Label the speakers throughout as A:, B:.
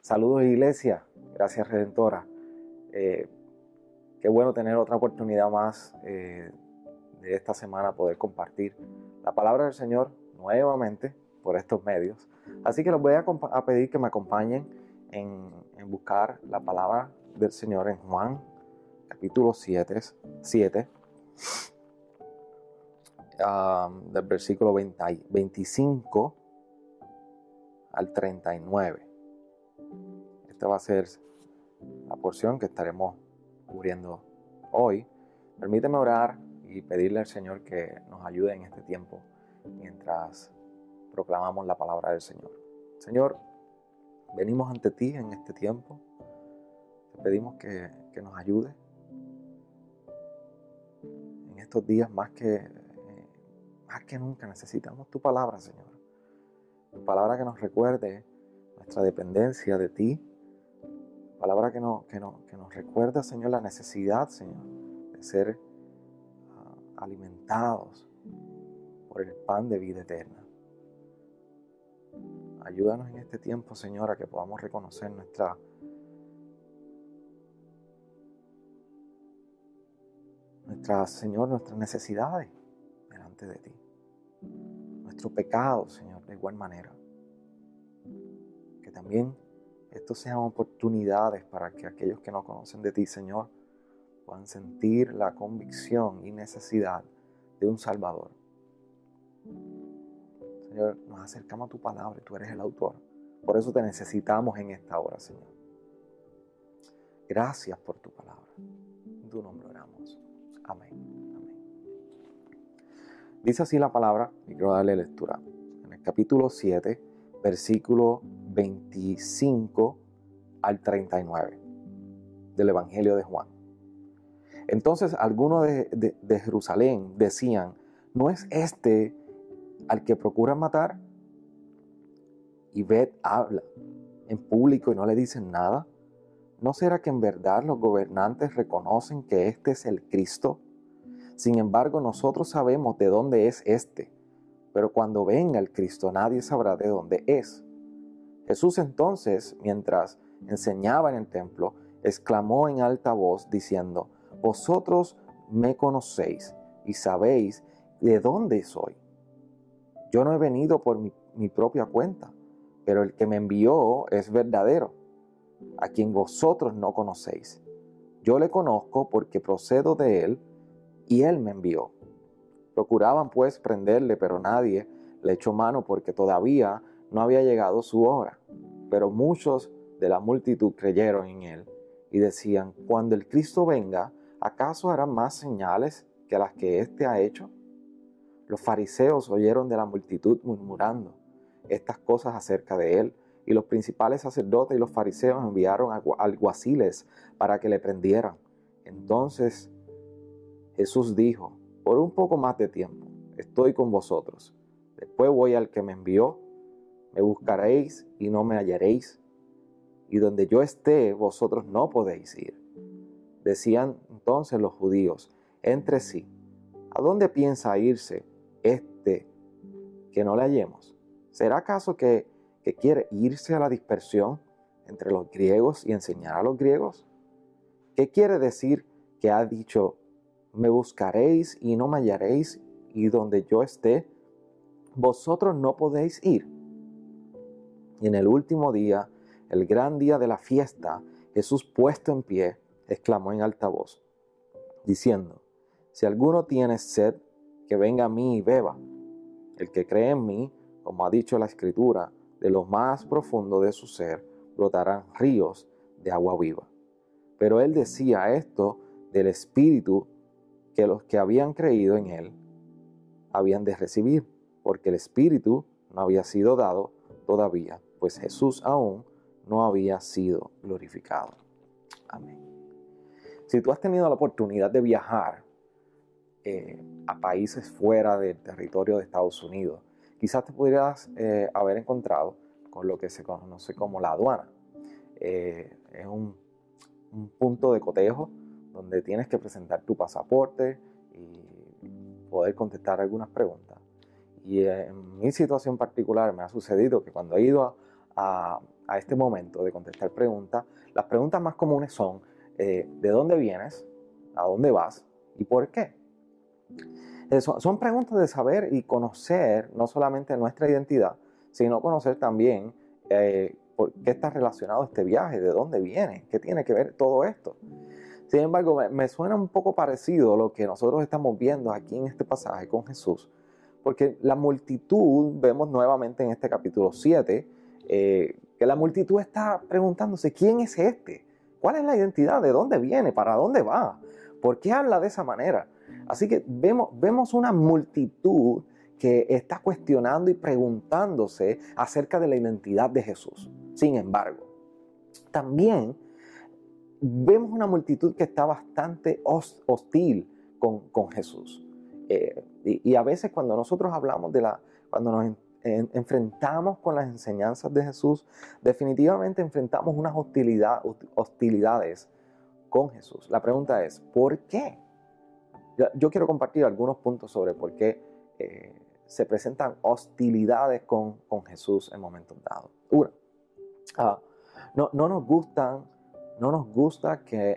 A: Saludos, iglesia. Gracias, Redentora. Qué bueno tener otra oportunidad más de esta semana poder compartir la palabra del Señor nuevamente por estos medios. Así que les voy a pedir que me acompañen en buscar la palabra del Señor en Juan, capítulo 7, del versículo 25 al 39. Esta va a ser la porción que estaremos cubriendo hoy. Permíteme orar y pedirle al Señor que nos ayude en este tiempo mientras proclamamos la palabra del Señor. Señor, venimos ante ti en este tiempo. Te pedimos que nos ayude en estos días más que nunca necesitamos tu palabra, Señor. Tu palabra que nos recuerde nuestra dependencia de ti. Palabra que nos recuerda, Señor, la necesidad, Señor, de ser alimentados por el pan de vida eterna. Ayúdanos en este tiempo, Señor, a que podamos reconocer nuestras necesidades delante de ti. Nuestro pecado, Señor, de igual manera. Que también estos sean oportunidades para que aquellos que no conocen de ti, Señor, puedan sentir la convicción y necesidad de un Salvador. Señor, nos acercamos a tu palabra y tú eres el autor. Por eso te necesitamos en esta hora, Señor. Gracias por tu palabra. En tu nombre oramos. Amén. Amén. Dice así la palabra, y quiero darle lectura. En el capítulo 7, versículo 25 al 39 del Evangelio de Juan. Entonces algunos de Jerusalén decían: ¿no es este al que procuran matar? Y habla en público y no le dicen nada. ¿No será que en verdad los gobernantes reconocen que este es el Cristo? Sin embargo, nosotros sabemos de dónde es este, pero cuando venga el Cristo nadie sabrá de dónde es. Jesús entonces, mientras enseñaba en el templo, exclamó en alta voz diciendo: vosotros me conocéis y sabéis de dónde soy. Yo no he venido por mi propia cuenta, pero el que me envió es verdadero, a quien vosotros no conocéis. Yo le conozco porque procedo de él y él me envió. Procuraban pues prenderle, pero nadie le echó mano porque todavía no había llegado su hora. Pero muchos de la multitud creyeron en él y decían: cuando el Cristo venga, ¿acaso hará más señales que las que éste ha hecho? Los fariseos oyeron de la multitud murmurando estas cosas acerca de él, y los principales sacerdotes y los fariseos enviaron alguaciles para que le prendieran. Entonces Jesús dijo: por un poco más de tiempo estoy con vosotros. Después voy al que me envió. Me buscaréis y no me hallaréis. Y donde yo esté, vosotros no podéis ir. Decían entonces los judíos entre sí: ¿a dónde piensa irse este que no le hallemos? ¿Será acaso que quiere irse a la dispersión entre los griegos y enseñar a los griegos? ¿Qué quiere decir que ha dicho: me buscaréis y no me hallaréis, y donde yo esté, vosotros no podéis ir? Y en el último día, el gran día de la fiesta, Jesús, puesto en pie, exclamó en alta voz, diciendo: si alguno tiene sed, que venga a mí y beba. El que cree en mí, como ha dicho la Escritura, de lo más profundo de su ser brotarán ríos de agua viva. Pero él decía esto del Espíritu que los que habían creído en él habían de recibir, porque el Espíritu no había sido dado todavía, pues Jesús aún no había sido glorificado. Amén. Si tú has tenido la oportunidad de viajar a países fuera del territorio de Estados Unidos, quizás te pudieras haber encontrado con lo que se conoce como la aduana. Es un punto de cotejo donde tienes que presentar tu pasaporte y poder contestar algunas preguntas. Y en mi situación particular me ha sucedido que cuando he ido a a este momento de contestar preguntas. Las preguntas más comunes son, ¿de dónde vienes? ¿A dónde vas? ¿Y por qué? Son preguntas de saber y conocer no solamente nuestra identidad, sino conocer también por qué está relacionado este viaje, de dónde viene, qué tiene que ver todo esto. Sin embargo, me suena un poco parecido a lo que nosotros estamos viendo aquí en este pasaje con Jesús, porque la multitud, vemos nuevamente en este capítulo 7, que la multitud está preguntándose, ¿quién es este? ¿Cuál es la identidad? ¿De dónde viene? ¿Para dónde va? ¿Por qué habla de esa manera? Así que vemos una multitud que está cuestionando y preguntándose acerca de la identidad de Jesús. Sin embargo, también vemos una multitud que está bastante hostil con Jesús. Y a veces cuando nosotros hablamos cuando nos enfrentamos con las enseñanzas de Jesús, definitivamente enfrentamos unas hostilidades con Jesús. La pregunta es, ¿por qué? Yo quiero compartir algunos puntos sobre por qué se presentan hostilidades con Jesús en momentos dados. Uno, no nos gusta que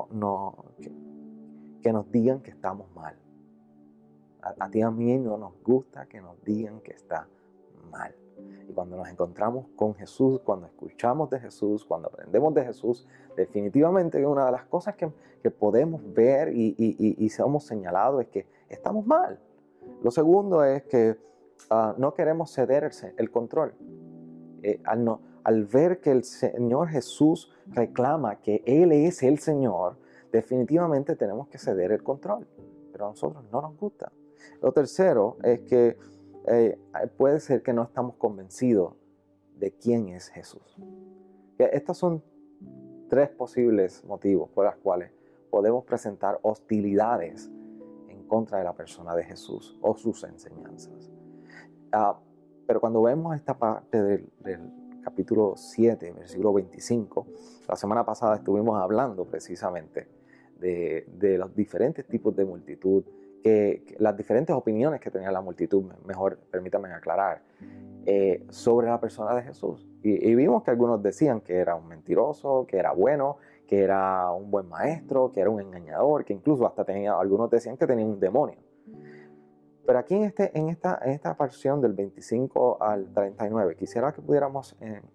A: nos digan que estamos mal. A ti y a mí no nos gusta que nos digan que está mal. Y cuando nos encontramos con Jesús, cuando escuchamos de Jesús, cuando aprendemos de Jesús, definitivamente una de las cosas que podemos ver y somos señalados es que estamos mal. Lo segundo es que no queremos ceder el control. Al ver que el Señor Jesús reclama que Él es el Señor, definitivamente tenemos que ceder el control. Pero a nosotros no nos gusta. Lo tercero es que puede ser que no estamos convencidos de quién es Jesús. Estos son tres posibles motivos por los cuales podemos presentar hostilidades en contra de la persona de Jesús o sus enseñanzas. Pero cuando vemos esta parte del capítulo 7, versículo 25, la semana pasada estuvimos hablando precisamente de los diferentes tipos de multitud, las diferentes opiniones que tenía la multitud, mejor permítanme aclarar, sobre la persona de Jesús. Y vimos que algunos decían que era un mentiroso, que era bueno, que era un buen maestro, que era un engañador, que incluso hasta algunos decían que tenía un demonio. Pero aquí en esta porción del 25 al 39, quisiera que pudiéramos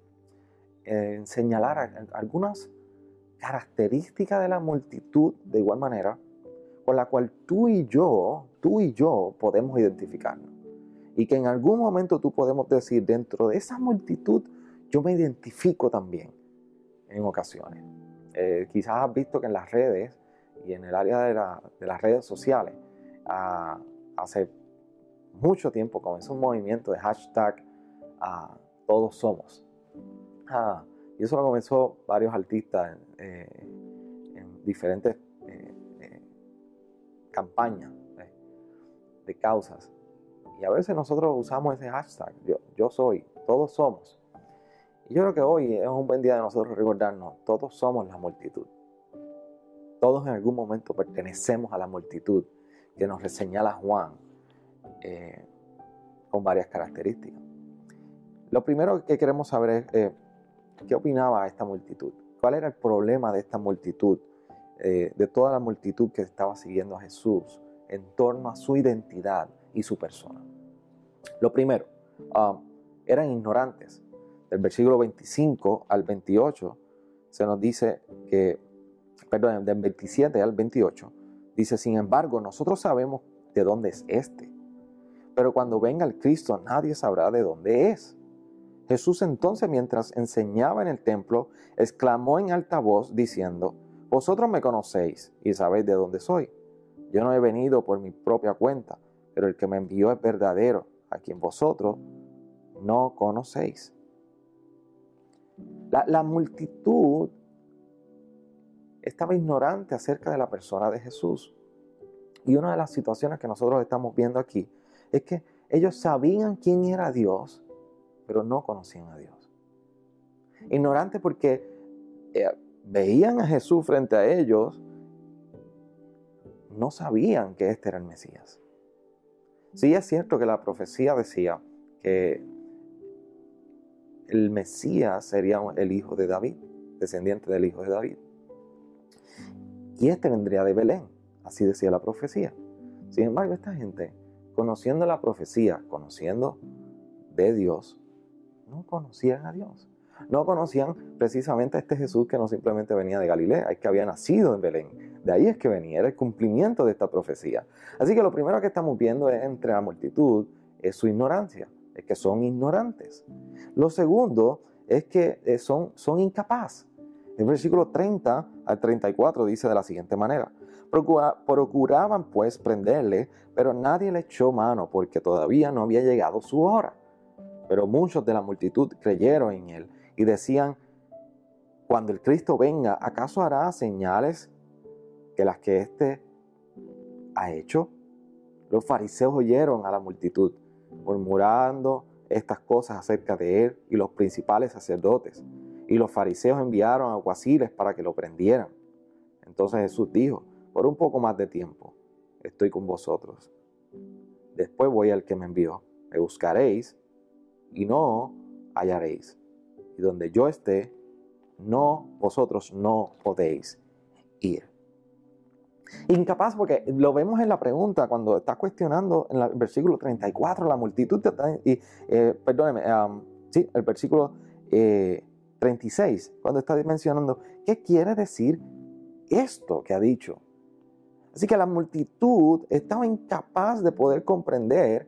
A: señalar algunas características de la multitud de igual manera, con la cual tú y yo podemos identificarnos. Y que en algún momento tú podemos decir, dentro de esa multitud, yo me identifico también en ocasiones. Quizás has visto que en las redes y en el área de las redes sociales, hace mucho tiempo comenzó un movimiento de hashtag Todos Somos. Y eso lo comenzó varios artistas en diferentes campañas de causas. Y a veces nosotros usamos ese hashtag, yo soy, todos somos. Y yo creo que hoy es un buen día de nosotros recordarnos, todos somos la multitud. Todos en algún momento pertenecemos a la multitud que nos señala Juan con varias características. Lo primero que queremos saber es qué opinaba esta multitud. ¿Cuál era el problema de esta multitud, de toda la multitud que estaba siguiendo a Jesús en torno a su identidad y su persona? Lo primero, eran ignorantes. Del versículo 25 al 28 se nos dice que, perdón, del 27 al 28, dice, sin embargo, nosotros sabemos de dónde es este, pero cuando venga el Cristo nadie sabrá de dónde es. Jesús entonces, mientras enseñaba en el templo, exclamó en alta voz diciendo, vosotros me conocéis y sabéis de dónde soy. Yo no he venido por mi propia cuenta, pero el que me envió es verdadero, a quien vosotros no conocéis. La multitud estaba ignorante acerca de la persona de Jesús. Y una de las situaciones que nosotros estamos viendo aquí es que ellos sabían quién era Dios, pero no conocían a Dios. Ignorante porque veían a Jesús frente a ellos, no sabían que este era el Mesías. Sí es cierto que la profecía decía que el Mesías sería el hijo de David, descendiente del hijo de David. Y este vendría de Belén, así decía la profecía. Sin embargo, esta gente, conociendo la profecía, conociendo de Dios, no conocían a Dios. No conocían precisamente a este Jesús que no simplemente venía de Galilea, es que había nacido en Belén. De ahí es que venía, era el cumplimiento de esta profecía. Así que lo primero que estamos viendo entre la multitud es su ignorancia, es que son ignorantes. Lo segundo es que son incapaces. El versículo 30 al 34 dice de la siguiente manera: procuraban pues prenderle, pero nadie le echó mano porque todavía no había llegado su hora. Pero muchos de la multitud creyeron en él y decían: cuando el Cristo venga, ¿acaso hará señales que las que éste ha hecho? Los fariseos oyeron a la multitud murmurando estas cosas acerca de él, y los principales sacerdotes y los fariseos enviaron alguaciles para que lo prendieran. Entonces Jesús dijo: por un poco más de tiempo estoy con vosotros. Después voy al que me envió. Me buscaréis y no hallaréis. Y donde yo esté, vosotros no podéis ir. Incapaz, porque lo vemos en la pregunta cuando está cuestionando en el versículo 34, la multitud, el versículo 36, cuando está mencionando qué quiere decir esto que ha dicho. Así que la multitud estaba incapaz de poder comprender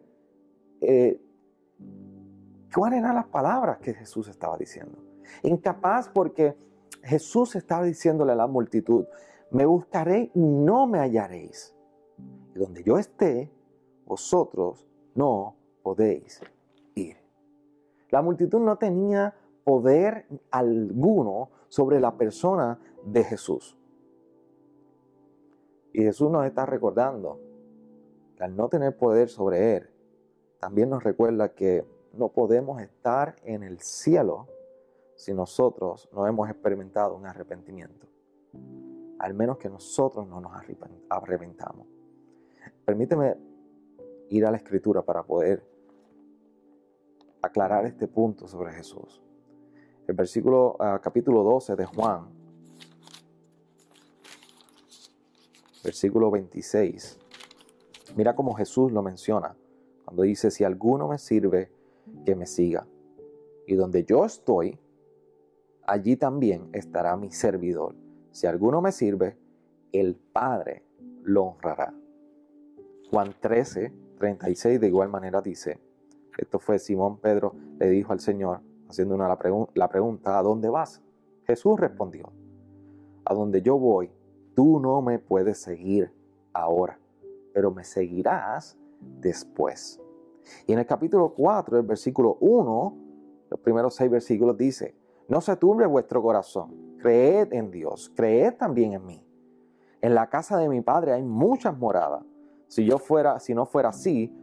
A: cuáles eran las palabras que Jesús estaba diciendo. Incapaz porque Jesús estaba diciéndole a la multitud: me buscaré y no me hallaréis. Y donde yo esté, vosotros no podéis ir. La multitud no tenía poder alguno sobre la persona de Jesús. Y Jesús nos está recordando que al no tener poder sobre él, también nos recuerda que no podemos estar en el cielo si nosotros no hemos experimentado un arrepentimiento. Al menos que nosotros no nos arrepentamos. Permíteme ir a la Escritura para poder aclarar este punto sobre Jesús. El capítulo 12 de Juan, versículo 26. Mira cómo Jesús lo menciona cuando dice: si alguno me sirve, que me siga. Y donde yo estoy, allí también estará mi servidor. Si alguno me sirve, el Padre lo honrará. Juan 13, 36 de igual manera dice, esto fue Simón Pedro le dijo al Señor, haciendo la pregunta: ¿a dónde vas? Jesús respondió: a donde yo voy, tú no me puedes seguir ahora, pero me seguirás después. Y en el capítulo 4, el versículo 1, los primeros 6 versículos dice: no se turbe vuestro corazón, creed en Dios, creed también en mí. En la casa de mi Padre hay muchas moradas. Si no fuera así,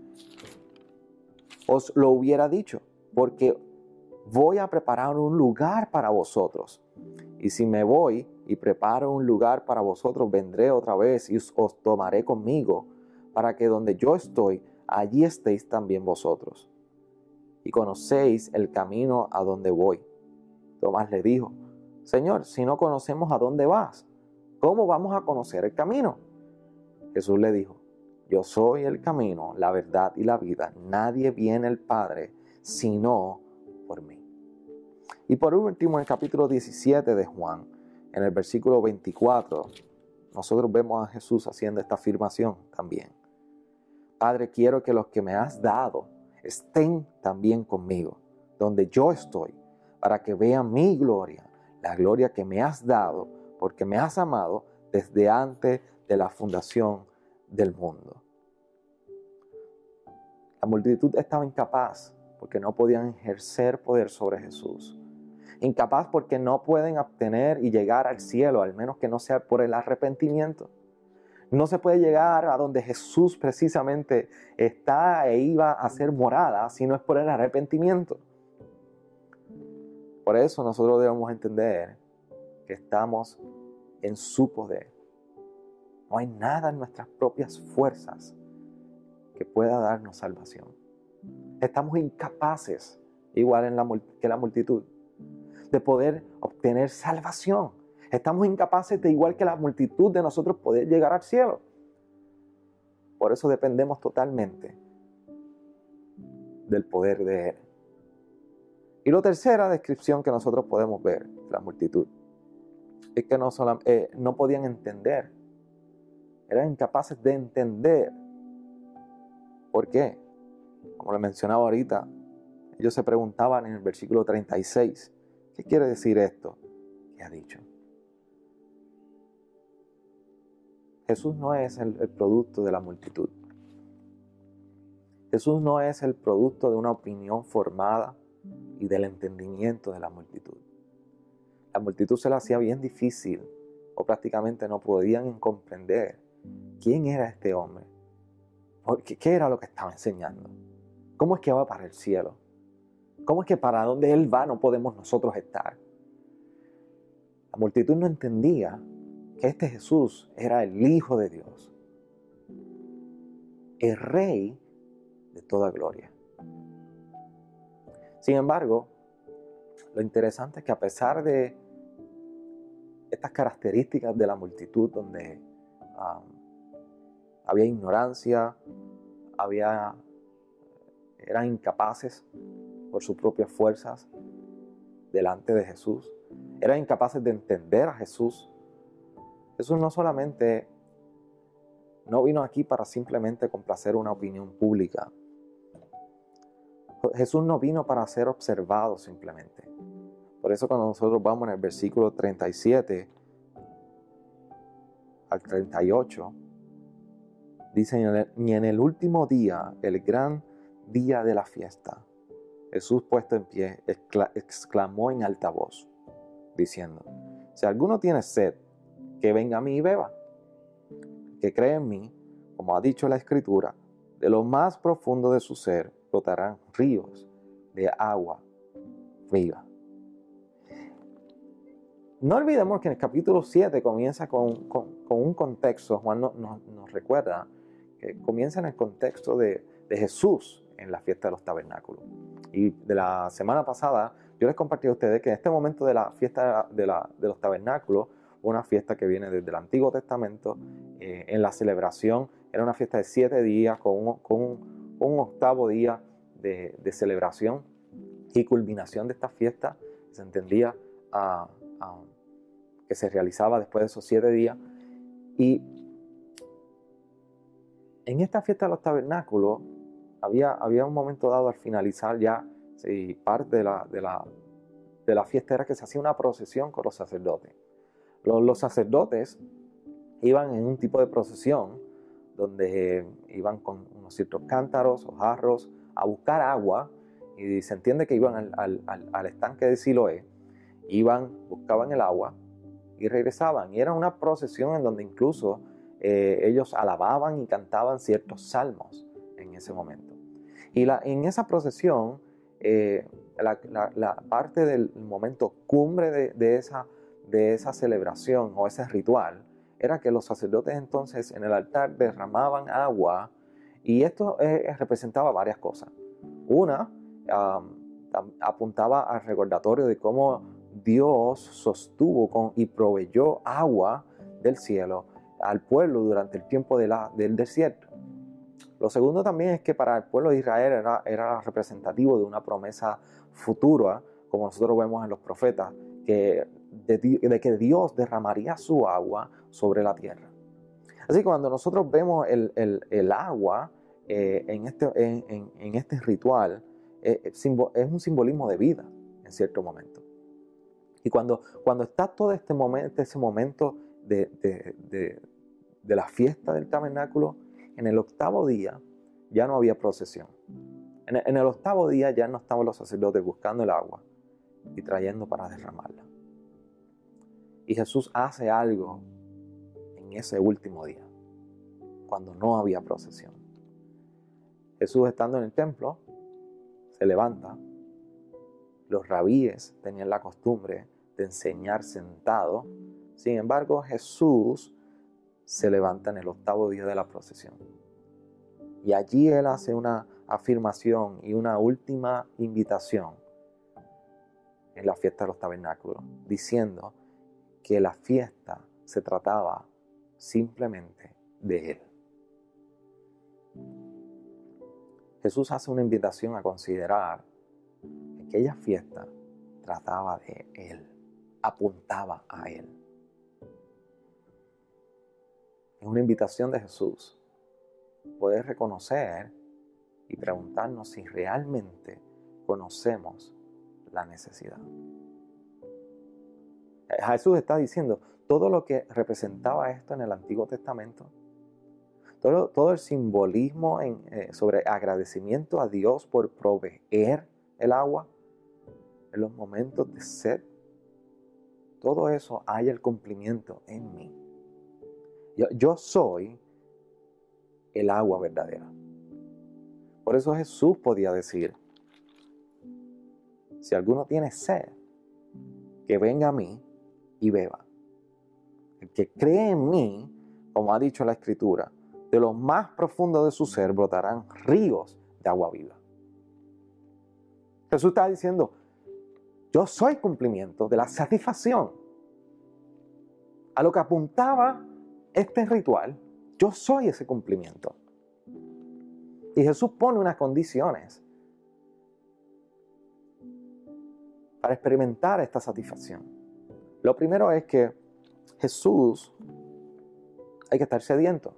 A: os lo hubiera dicho, porque voy a preparar un lugar para vosotros. Y si me voy y preparo un lugar para vosotros, vendré otra vez y os tomaré conmigo, para que donde yo estoy, allí estéis también vosotros. Y conocéis el camino a donde voy. Tomás le dijo: Señor, si no conocemos a dónde vas, ¿cómo vamos a conocer el camino? Jesús le dijo: yo soy el camino, la verdad y la vida. Nadie viene al Padre sino por mí. Y por último, en el capítulo 17 de Juan, en el versículo 24, nosotros vemos a Jesús haciendo esta afirmación también. Padre, quiero que los que me has dado estén también conmigo, donde yo estoy, para que vean mi gloria, la gloria que me has dado, porque me has amado desde antes de la fundación del mundo. La multitud estaba incapaz porque no podían ejercer poder sobre Jesús. Incapaz porque no pueden obtener y llegar al cielo, al menos que no sea por el arrepentimiento. No se puede llegar a donde Jesús precisamente está e iba a ser morada si no es por el arrepentimiento. Por eso nosotros debemos entender que estamos en su poder. No hay nada en nuestras propias fuerzas que pueda darnos salvación. Estamos incapaces igual que la multitud, de poder obtener salvación. Estamos incapaces de, igual que la multitud, de nosotros poder llegar al cielo. Por eso dependemos totalmente del poder de Él. Y la tercera descripción que nosotros podemos ver de la multitud es que no podían entender. Eran incapaces de entender. ¿Por qué? Como le mencionaba ahorita, ellos se preguntaban en el versículo 36, ¿qué quiere decir esto que ha dicho? Jesús no es el producto de la multitud. Jesús no es el producto de una opinión formada y del entendimiento de la multitud. La multitud se la hacía bien difícil o prácticamente no podían comprender quién era este hombre. ¿Qué era lo que estaba enseñando? ¿Cómo es que va para el cielo? ¿Cómo es que para donde Él va no podemos nosotros estar? La multitud no entendía que este Jesús era el Hijo de Dios, el Rey de toda gloria. Sin embargo, lo interesante es que a pesar de estas características de la multitud donde había ignorancia, eran incapaces por sus propias fuerzas delante de Jesús, eran incapaces de entender a Jesús. Jesús no solamente no vino aquí para simplemente complacer una opinión pública. Jesús no vino para ser observado simplemente. Por eso cuando nosotros vamos en el versículo 37 al 38, dice, y en el último día, el gran día de la fiesta, Jesús puesto en pie, exclamó en alta voz, diciendo, si alguno tiene sed, que venga a mí y beba. Que cree en mí, como ha dicho la Escritura, de lo más profundo de su ser brotarán ríos de agua viva. No olvidemos que en el capítulo 7 comienza con un contexto. Juan nos recuerda que comienza en el contexto de Jesús en la fiesta de los tabernáculos. Y de la semana pasada yo les compartí a ustedes que en este momento de la fiesta de los tabernáculos, una fiesta que viene desde el Antiguo Testamento, en la celebración era una fiesta de 7 días con un octavo día de celebración y culminación de esta fiesta. Se entendía que se realizaba después de esos 7 días. Y en esta fiesta de los tabernáculos había un momento dado al finalizar ya, sí, parte de la fiesta era que se hacía una procesión con los sacerdotes. Los sacerdotes iban en un tipo de procesión donde iban con unos ciertos cántaros o jarros a buscar agua, y se entiende que iban al estanque de Siloé, buscaban el agua y regresaban. Y era una procesión en donde incluso ellos alababan y cantaban ciertos salmos en ese momento. Y en esa procesión, la parte del momento cumbre de esa celebración o ese ritual era que los sacerdotes entonces en el altar derramaban agua, y esto representaba varias cosas. Una, apuntaba al recordatorio de cómo Dios sostuvo y proveyó agua del cielo al pueblo durante el tiempo del desierto. Lo segundo también es que para el pueblo de Israel era representativo de una promesa futura, como nosotros vemos en los profetas, de que Dios derramaría su agua sobre la tierra. Así que cuando nosotros vemos el agua en este ritual, es un simbolismo de vida en cierto momento. Y cuando está todo ese momento de la fiesta del tabernáculo, en el octavo día ya no había procesión. En el octavo día ya no estaban los sacerdotes buscando el agua y trayendo para derramarla. Y Jesús hace algo en ese último día, cuando no había procesión. Jesús, estando en el templo, se levanta. Los rabíes tenían la costumbre de enseñar sentado. Sin embargo, Jesús se levanta en el octavo día de la procesión. Y allí Él hace una afirmación y una última invitación en la fiesta de los tabernáculos, diciendo que la fiesta se trataba simplemente de Él. Jesús hace una invitación a considerar que aquella fiesta trataba de Él, apuntaba a Él. Es una invitación de Jesús poder reconocer y preguntarnos si realmente conocemos la necesidad. Jesús está diciendo todo lo que representaba esto en el Antiguo Testamento, todo el simbolismo sobre agradecimiento a Dios por proveer el agua en los momentos de sed. Todo eso hay el cumplimiento en mí. Yo soy el agua verdadera. Por eso Jesús podía decir, si alguno tiene sed, que venga a mí y beba. El que cree en mí, como ha dicho la Escritura, de lo más profundo de su ser brotarán ríos de agua viva. Jesús está diciendo, yo soy cumplimiento de la satisfacción. A lo que apuntaba este ritual, yo soy ese cumplimiento. Y Jesús pone unas condiciones para experimentar esta satisfacción. Lo primero es que Jesús hay que estar sediento.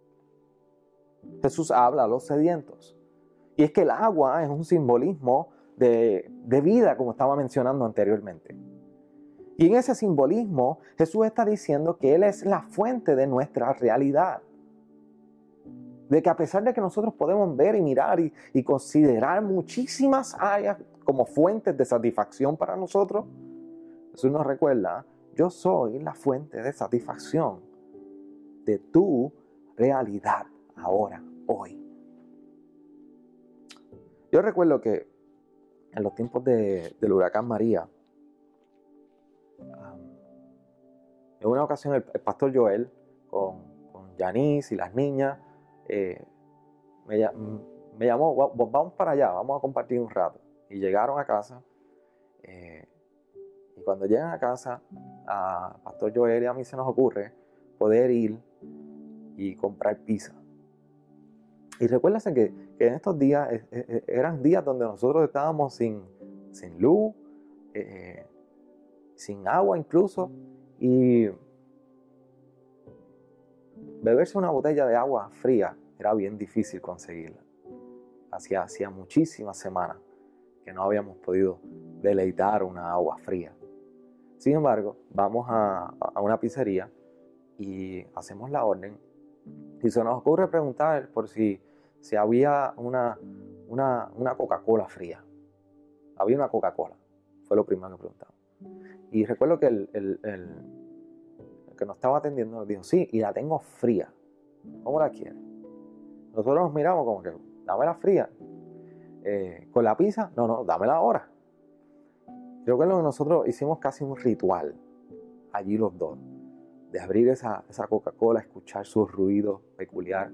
A: Jesús habla a los sedientos. Y es que el agua es un simbolismo de vida, como estaba mencionando anteriormente. Y en ese simbolismo, Jesús está diciendo que Él es la fuente de nuestra realidad. De que a pesar de que nosotros podemos ver y mirar y considerar muchísimas áreas como fuentes de satisfacción para nosotros, Jesús nos recuerda, yo soy la fuente de satisfacción de tu realidad ahora, hoy. Yo recuerdo que en los tiempos del huracán María, en una ocasión el pastor Joel con Yanis y las niñas me llamó, vamos para allá, vamos a compartir un rato. Y llegaron a casa y cuando llegan a casa a pastor Joel y a mí se nos ocurre poder ir y comprar pizza. Y recuérdense que en estos días eran días donde nosotros estábamos sin luz, sin agua incluso, y beberse una botella de agua fría era bien difícil conseguirla. Hacía muchísimas semanas que no habíamos podido deleitar una agua fría. Sin embargo, vamos a una pizzería y hacemos la orden y se nos ocurre preguntar por si había una Coca-Cola fría. Había una Coca-Cola, fue lo primero que preguntamos. Y recuerdo que el que nos estaba atendiendo nos dijo, sí, y la tengo fría. ¿Cómo la quieres? Nosotros nos miramos como que, dámela fría. ¿Con la pizza? No, dámela ahora. Yo recuerdo que nosotros hicimos casi un ritual, allí los dos, de abrir esa Coca-Cola, escuchar su ruido peculiar,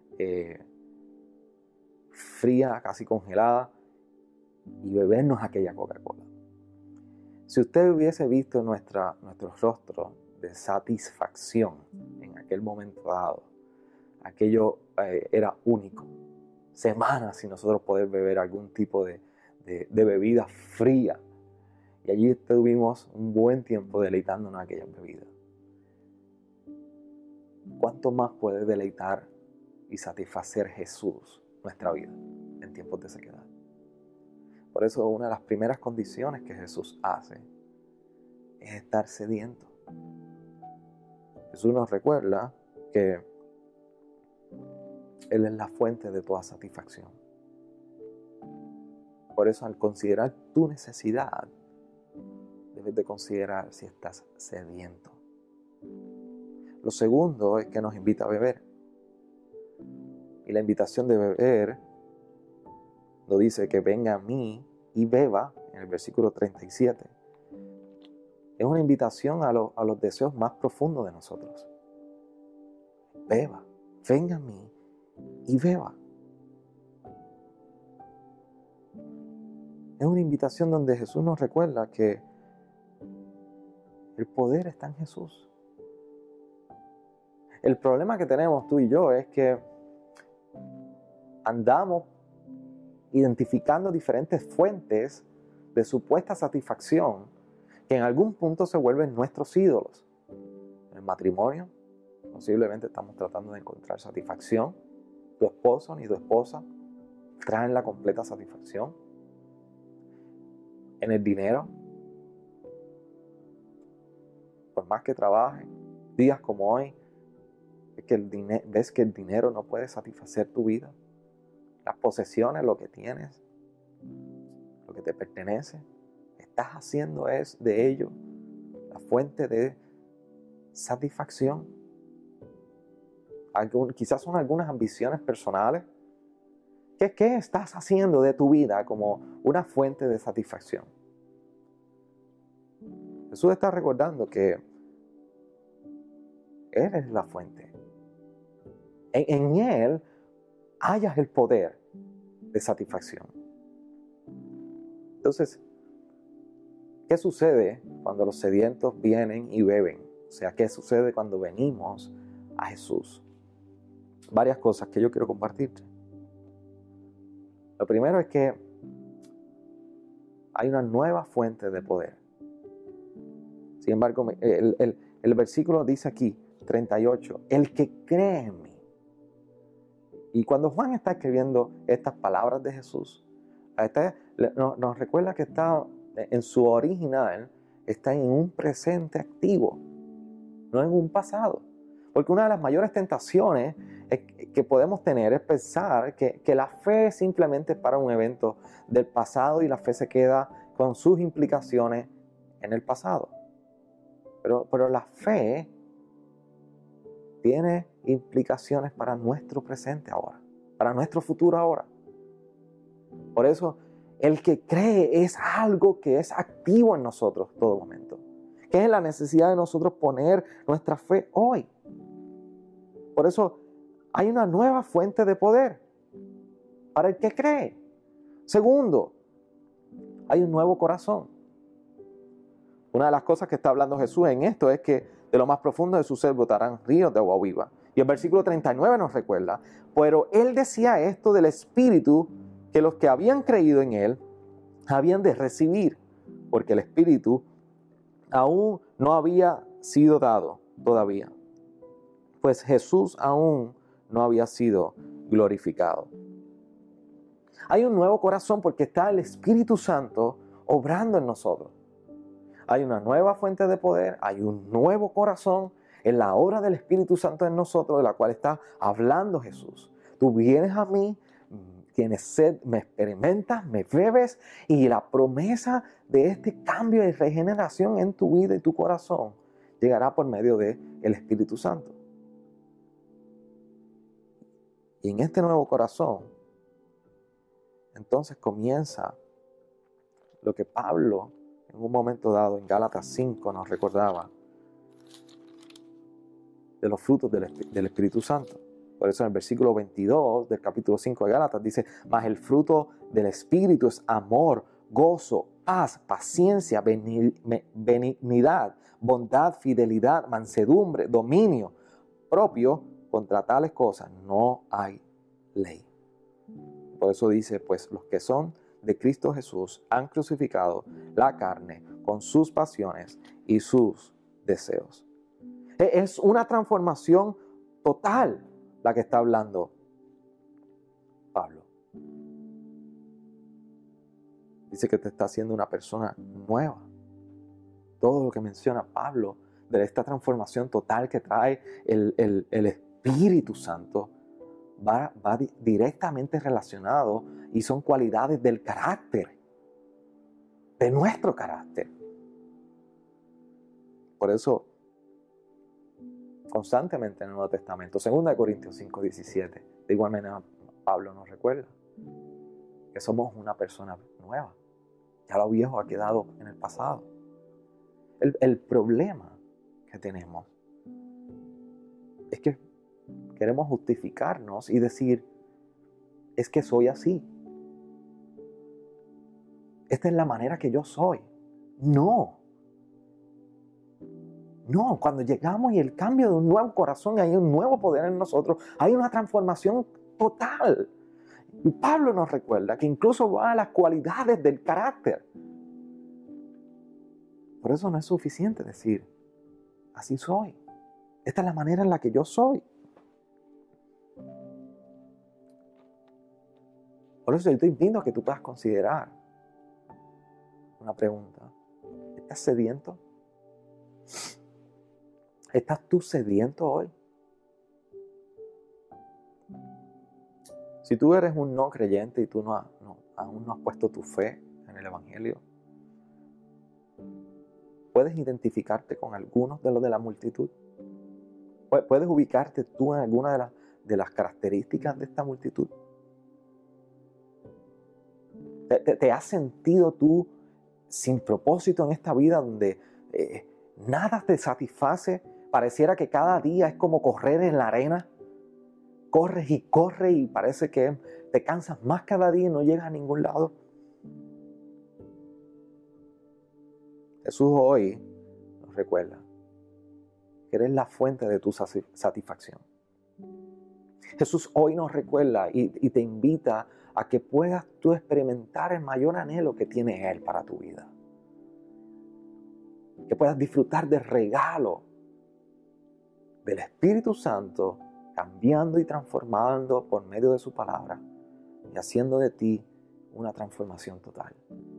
A: fría, casi congelada, y bebernos aquella Coca-Cola. Si usted hubiese visto nuestro rostro de satisfacción en aquel momento dado, aquello era único. Semanas sin nosotros poder beber algún tipo de bebida fría. Y allí estuvimos un buen tiempo deleitándonos en aquella bebida. ¿Cuánto más puede deleitar y satisfacer Jesús nuestra vida en tiempos de sequedad? Por eso una de las primeras condiciones que Jesús hace es estar sediento. Jesús nos recuerda que Él es la fuente de toda satisfacción. Por eso al considerar tu necesidad, debes de considerar si estás sediento. Lo segundo es que nos invita a beber. Y la invitación de beber nos dice que venga a mí y beba, en el versículo 37. Es una invitación a los deseos más profundos de nosotros. Beba, venga a mí y beba. Es una invitación donde Jesús nos recuerda que el poder está en Jesús. El problema que tenemos tú y yo es que andamos identificando diferentes fuentes de supuesta satisfacción que en algún punto se vuelven nuestros ídolos. En el matrimonio, posiblemente estamos tratando de encontrar satisfacción. Tu esposo ni tu esposa traen la completa satisfacción. En el dinero, por más que trabajes, días como hoy, ves que el dinero no puede satisfacer tu vida. Las posesiones, lo que tienes, lo que te pertenece, estás haciendo es de ello la fuente de satisfacción. Quizás son algunas ambiciones personales. ¿Qué estás haciendo de tu vida como una fuente de satisfacción? Jesús está recordando que Él es la fuente. En Él hayas el poder de satisfacción. Entonces, ¿qué sucede cuando los sedientos vienen y beben? O sea, ¿qué sucede cuando venimos a Jesús? Varias cosas que yo quiero compartirte. Lo primero es que hay una nueva fuente de poder. Sin embargo, el versículo dice aquí, 38, el que cree en mí. Y cuando Juan está escribiendo estas palabras de Jesús, nos recuerda que está en su original, está en un presente activo, no en un pasado. Porque una de las mayores tentaciones que podemos tener es pensar que la fe es simplemente para un evento del pasado y la fe se queda con sus implicaciones en el pasado. Pero la fe tiene implicaciones para nuestro presente ahora, para nuestro futuro ahora. Por eso, el que cree es algo que es activo en nosotros todo momento. Que es la necesidad de nosotros poner nuestra fe hoy. Por eso, hay una nueva fuente de poder para el que cree. Segundo, hay un nuevo corazón. Una de las cosas que está hablando Jesús en esto es que de lo más profundo de su ser brotarán ríos de agua viva. Y el versículo 39 nos recuerda, pero Él decía esto del Espíritu que los que habían creído en Él habían de recibir, porque el Espíritu aún no había sido dado todavía, pues Jesús aún no había sido glorificado. Hay un nuevo corazón porque está el Espíritu Santo obrando en nosotros. Hay una nueva fuente de poder, hay un nuevo corazón en la obra del Espíritu Santo en nosotros, de la cual está hablando Jesús. Tú vienes a mí, tienes sed, me experimentas, me bebes, y la promesa de este cambio y regeneración en tu vida y tu corazón llegará por medio del Espíritu Santo. Y en este nuevo corazón, entonces comienza lo que Pablo en un momento dado en Gálatas 5 nos recordaba de los frutos del Espíritu Santo. Por eso en el versículo 22 del capítulo 5 de Gálatas dice, mas el fruto del Espíritu es amor, gozo, paz, paciencia, benignidad, bondad, fidelidad, mansedumbre, dominio propio. Contra tales cosas no hay ley. Por eso dice, pues los que son de Cristo Jesús han crucificado la carne con sus pasiones y sus deseos. Es una transformación total la que está hablando Pablo. Dice que te está haciendo una persona nueva. Todo lo que menciona Pablo de esta transformación total que trae el Espíritu Santo va directamente relacionado y son cualidades del carácter, de nuestro carácter. Por eso, constantemente en el Nuevo Testamento, 2 Corintios 5:17, de igual manera Pablo nos recuerda que somos una persona nueva. Ya lo viejo ha quedado en el pasado. El problema que tenemos es que queremos justificarnos y decir, es que soy así. esta es la manera que yo soy. No. No, cuando llegamos y el cambio de un nuevo corazón, hay un nuevo poder en nosotros, hay una transformación total. Y Pablo nos recuerda que incluso va a las cualidades del carácter. Por eso no es suficiente decir, así soy. Esta es la manera en la que yo soy. Por eso yo te invito a que tú puedas considerar una pregunta. ¿Estás sediento? ¿Estás tú sediento hoy? Si tú eres un no creyente y tú aún no has puesto tu fe en el Evangelio, ¿puedes identificarte con algunos de los de la multitud? ¿Puedes ubicarte tú en alguna de las características de esta multitud? ¿Te has sentido tú sin propósito en esta vida donde nada te satisface? Pareciera que cada día es como correr en la arena. Corres y parece que te cansas más cada día y no llegas a ningún lado. Jesús hoy nos recuerda que eres la fuente de tu satisfacción. Jesús hoy nos recuerda y te invita a que puedas tú experimentar el mayor anhelo que tiene Él para tu vida. Que puedas disfrutar del regalo del Espíritu Santo, cambiando y transformando por medio de su palabra y haciendo de ti una transformación total.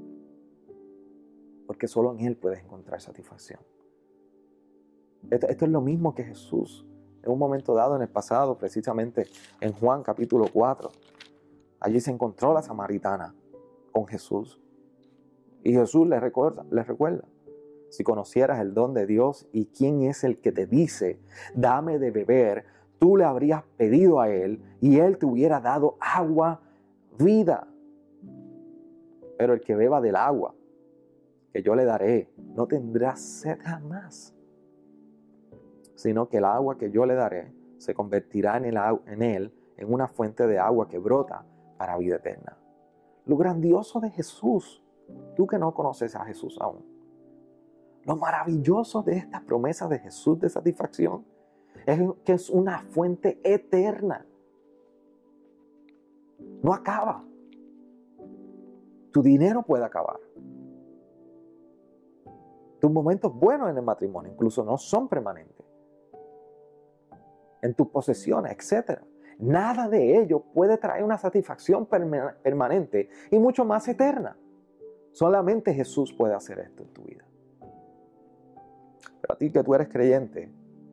A: Porque solo en Él puedes encontrar satisfacción. Esto es lo mismo que Jesús, en un momento dado en el pasado, precisamente en Juan capítulo 4. Allí se encontró la samaritana con Jesús. Y Jesús le recuerda, si conocieras el don de Dios y quién es el que te dice, dame de beber, tú le habrías pedido a Él y Él te hubiera dado agua, vida. Pero el que beba del agua que yo le daré, no tendrá sed jamás, sino que el agua que yo le daré se convertirá en él en una fuente de agua que brota para vida eterna. Lo grandioso de Jesús, tú que no conoces a Jesús aún, lo maravilloso de esta promesa de Jesús de satisfacción es que es una fuente eterna. No acaba. Tu dinero puede acabar. Tus momentos buenos en el matrimonio incluso no son permanentes. En tus posesiones, etc. Nada de ello puede traer una satisfacción permanente y mucho más eterna. Solamente Jesús puede hacer esto en tu vida. Pero a ti que tú eres creyente,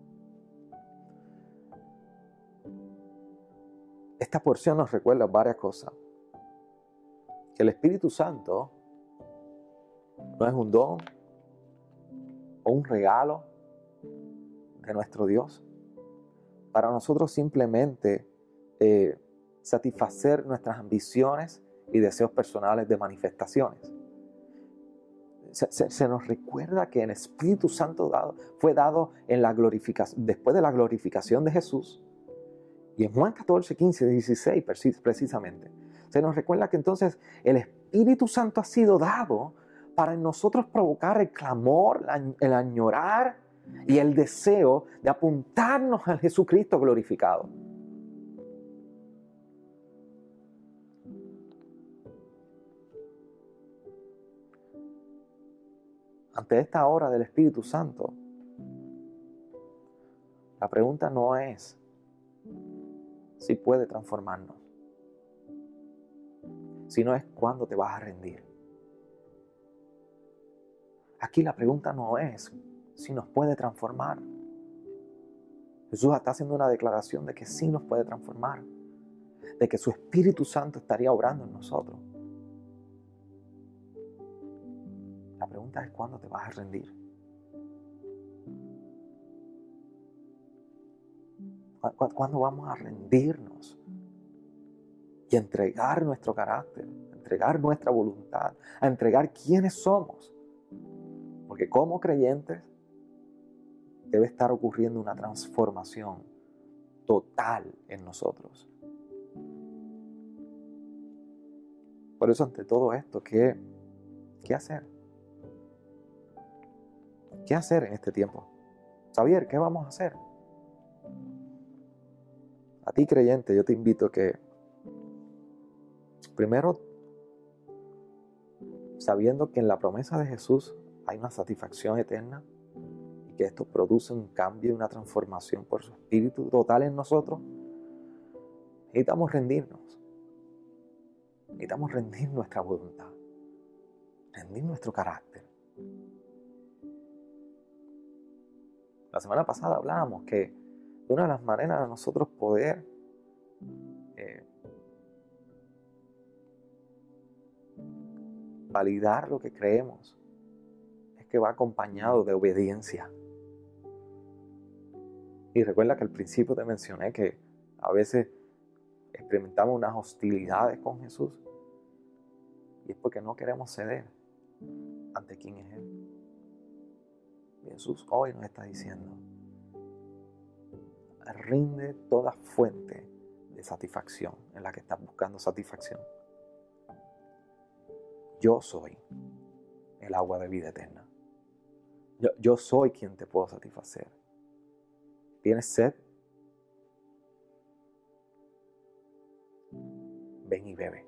A: esta porción nos recuerda varias cosas. Que el Espíritu Santo no es un don o un regalo de nuestro Dios para nosotros simplemente satisfacer nuestras ambiciones y deseos personales de manifestaciones. Se nos recuerda que el Espíritu Santo fue dado en la después de la glorificación de Jesús. Y en Juan 14, 15, 16 precisamente, se nos recuerda que entonces el Espíritu Santo ha sido dado para en nosotros provocar el clamor, el añorar y el deseo de apuntarnos al Jesucristo glorificado. Ante esta obra del Espíritu Santo, la pregunta no es si puede transformarnos, sino es cuándo te vas a rendir. Aquí la pregunta no es si nos puede transformar. Jesús está haciendo una declaración de que sí nos puede transformar, de que su Espíritu Santo estaría obrando en nosotros. La pregunta es cuándo te vas a rendir. ¿Cuándo vamos a rendirnos y entregar nuestro carácter, entregar nuestra voluntad, a entregar quiénes somos? Porque como creyentes debe estar ocurriendo una transformación total en nosotros. Por eso ante todo esto, que ¿Qué hacer? ¿Qué hacer en este tiempo? Xavier, ¿qué vamos a hacer? A ti, creyente, yo te invito a que primero, sabiendo que en la promesa de Jesús hay una satisfacción eterna y que esto produce un cambio y una transformación por su Espíritu total en nosotros, necesitamos rendirnos. Necesitamos rendir nuestra voluntad, rendir nuestro carácter. La semana pasada hablábamos que una de las maneras de nosotros poder validar lo que creemos es que va acompañado de obediencia. Y recuerda que al principio te mencioné que a veces experimentamos unas hostilidades con Jesús y es porque no queremos ceder ante quién es Él. Y Jesús hoy nos está diciendo: rinde toda fuente de satisfacción en la que estás buscando satisfacción. Yo soy el agua de vida eterna. Yo soy quien te puedo satisfacer. ¿Tienes sed? Ven y bebe.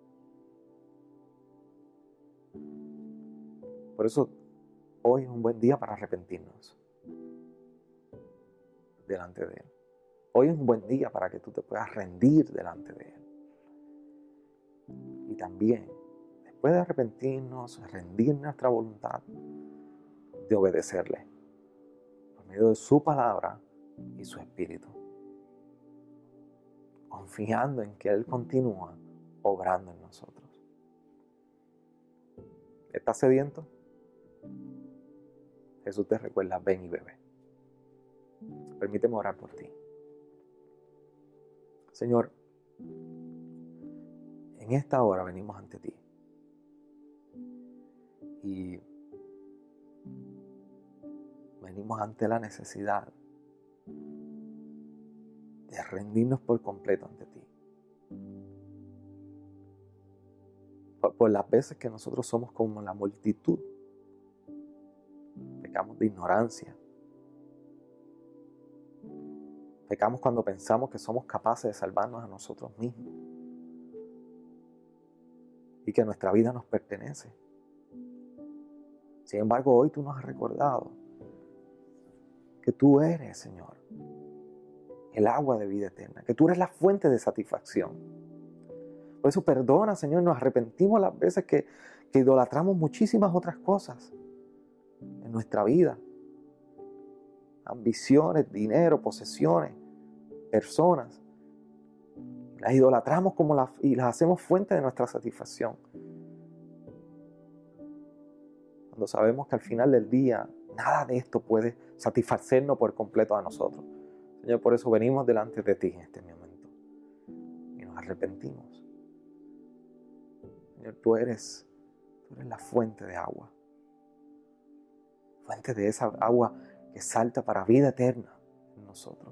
A: Por eso hoy es un buen día para arrepentirnos delante de Él. Hoy es un buen día para que tú te puedas rendir delante de Él. Y también, después de arrepentirnos, rendir nuestra voluntad, de obedecerle por medio de su palabra y su Espíritu, confiando en que Él continúa obrando en nosotros. ¿Estás sediento? Jesús te recuerda: ven y bebe. Permíteme orar por ti. Señor, en esta hora venimos ante ti y venimos ante la necesidad de rendirnos por completo ante ti. Por las veces que nosotros somos como la multitud, pecamos de ignorancia, pecamos cuando pensamos que somos capaces de salvarnos a nosotros mismos y que nuestra vida nos pertenece. Sin embargo, hoy tú nos has recordado que tú eres, Señor, el agua de vida eterna, que tú eres la fuente de satisfacción. Por eso perdona, Señor, nos arrepentimos las veces que idolatramos muchísimas otras cosas en nuestra vida. Ambiciones, dinero, posesiones, personas. Las idolatramos y las hacemos fuente de nuestra satisfacción. Cuando sabemos que al final del día nada de esto puede satisfacernos por completo a nosotros. Señor, por eso venimos delante de ti en este momento y nos arrepentimos. Señor, tú eres la fuente de agua. Fuente de esa agua que salta para vida eterna en nosotros.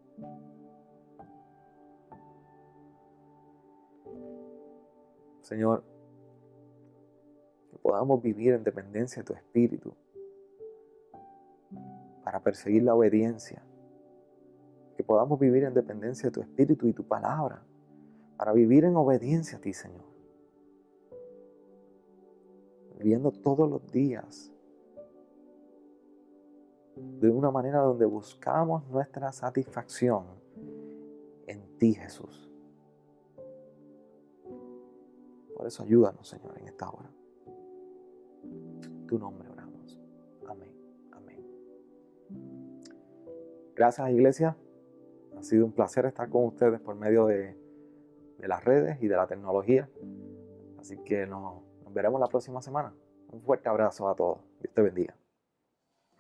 A: Señor, que podamos vivir en dependencia de tu Espíritu para perseguir la obediencia. Que podamos vivir en dependencia de tu Espíritu y tu palabra para vivir en obediencia a ti, Señor. Viviendo todos los días de una manera donde buscamos nuestra satisfacción en ti, Jesús. Por eso ayúdanos, Señor, en esta hora. En tu nombre oramos. Amén. Amén. Gracias, iglesia. Ha sido un placer estar con ustedes por medio de las redes y de la tecnología. Así que nos veremos la próxima semana. Un fuerte abrazo a todos. Dios te bendiga.